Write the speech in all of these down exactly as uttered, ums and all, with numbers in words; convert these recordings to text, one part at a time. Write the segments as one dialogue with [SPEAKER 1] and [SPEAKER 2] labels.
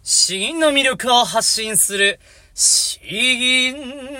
[SPEAKER 1] 詩吟の魅力を発信する詩吟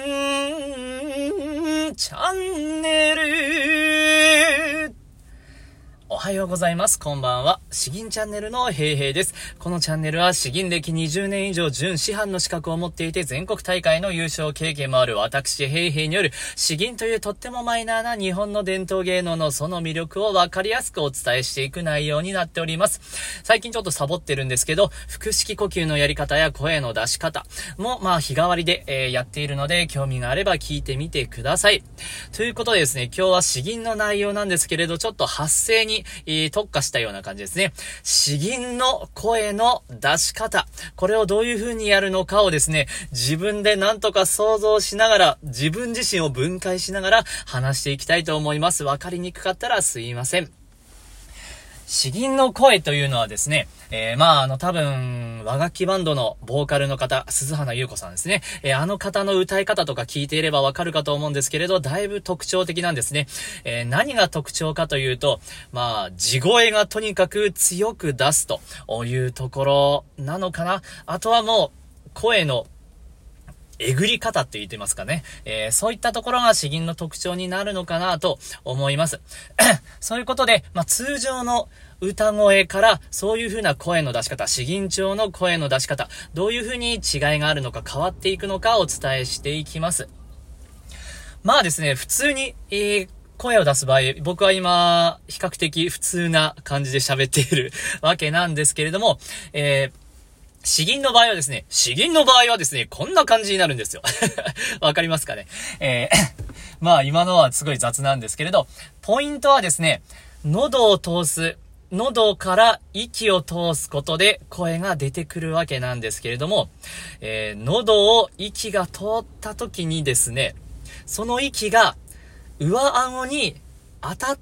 [SPEAKER 1] チャンネル。おはようございます。こんばんは。詩吟チャンネルのへいへいです。このチャンネルは詩吟歴にじゅうねん以上準師範の資格を持っていて全国大会の優勝経験もある私へいへいによる詩吟というとってもマイナーな日本の伝統芸能のその魅力をわかりやすくお伝えしていく内容になっております。最近ちょっとサボってるんですけど、腹式呼吸のやり方や声の出し方もまあ日替わりで、えー、やっているので興味があれば聞いてみてください。ということでですね、今日は詩吟の内容なんですけれど、ちょっと発声に特化したような感じですね。詩吟の声の出し方、これをどういう風にやるのかをですね、自分でなんとか想像しながら、自分自身を分解しながら話していきたいと思います。わかりにくかったらすいません。詩吟の声というのはですね、えー、まああの多分和楽器バンドのボーカルの方、鈴花優子さんですね、えー、あの方の歌い方とか聞いていればわかるかと思うんですけれど、だいぶ特徴的なんですね。えー、何が特徴かというと、まあ地声がとにかく強く出すというところなのかな。あとはもう声のえぐり方って言ってますかね、えー、そういったところが詩吟の特徴になるのかなと思います。そういうことで、まあ、通常の歌声からそういう風な声の出し方、詩吟調の声の出し方、どういう風に違いがあるのか変わっていくのかお伝えしていきます。まあですね、普通に、えー声を出す場合、僕は今比較的普通な感じで喋っているわけなんですけれども、えー詩吟の場合はですね、詩吟の場合はですね、こんな感じになるんですよ。わかりますかね。えー、まあ今のはすごい雑なんですけれど、ポイントはですね、喉を通す、喉から息を通すことで声が出てくるわけなんですけれども、えー、喉を息が通った時にですね、その息が上顎に当たって、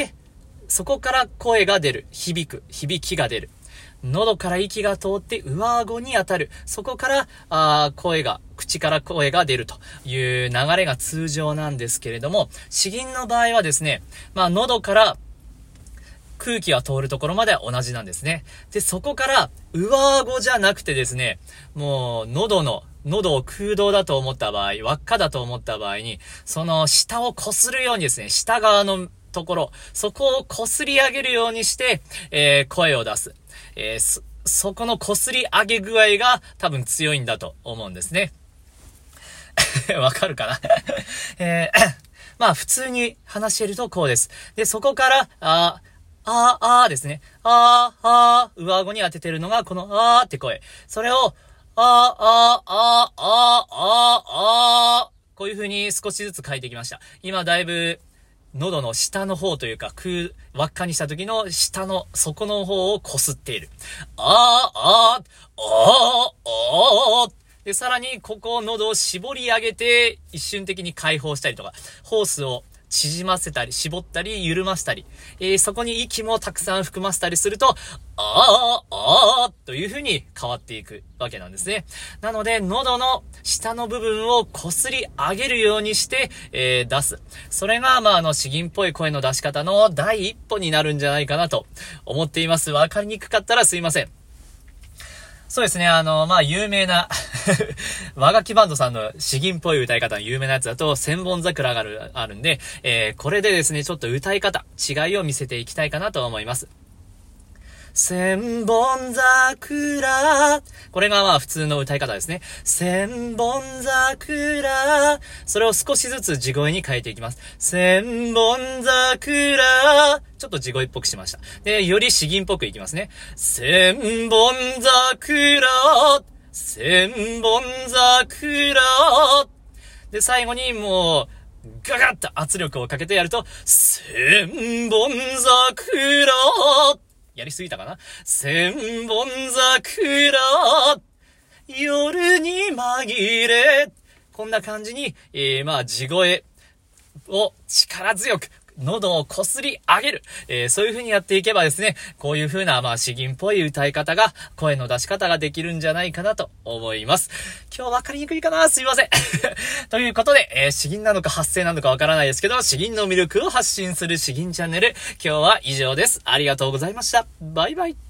[SPEAKER 1] そこから声が出る、響く、響きが出る。喉から息が通って上顎に当たる。そこから、あ声が、口から声が出るという流れが通常なんですけれども、詩吟の場合はですね、まあ喉から空気が通るところまでは同じなんですね。で、そこから上顎じゃなくてですね、もう喉の、喉を空洞だと思った場合、輪っかだと思った場合に、その下をこするようにですね、下側のところ、そこをこすり上げるようにして、えー、声を出す。えー、そ、そこのこすり上げ具合が多分強いんだと思うんですね。わかるかな、えー、まあ普通に話してるとこうです。で、そこから、あー、あー、あーですね。あー、あー、上顎に当ててるのがこのあーって声。それを、あー、あー、あー、あー、あー、あー、こういう風に少しずつ書いてきました。今だいぶ、喉の下の方というか空輪っかにした時の下の底の方をこすっている。あーあーあーあーで、さらにここを喉を絞り上げて一瞬的に解放したりとか、ホースを縮ませたり絞ったり緩ませたり、えー、そこに息もたくさん含ませたりすると、あーあーという風に変わっていくわけなんですね。なので喉の下の部分をこすり上げるようにして、えー、出す。それがまああの詩吟っぽい声の出し方の第一歩になるんじゃないかなと思っています。わかりにくかったらすいません。そうですね、あの、まあ、有名な、和楽器バンドさんの詩吟っぽい歌い方の有名なやつだと、千本桜がある、あるんで、えー、これでですね、ちょっと歌い方、違いを見せていきたいかなと思います。千本桜。これがまあ普通の歌い方ですね。千本桜。それを少しずつ地声に変えていきます。千本桜。ちょっと地声っぽくしました。で、より詩吟っぽくいきますね。千本桜。千本桜。で、最後にもう、ガガッと圧力をかけてやると、千本桜。やりすぎたかな。千本桜夜に紛れ、こんな感じに、えー、まあ地声を力強く喉をこすり上げる、えー、そういう風にやっていけばですね、こういう風なまあ詩吟っぽい歌い方が、声の出し方ができるんじゃないかなと思います。今日わかりにくいかな、すいませんということで、えー、詩吟なのか発声なのかわからないですけど、詩吟の魅力を発信する詩吟チャンネル、今日は以上です。ありがとうございました。バイバイ。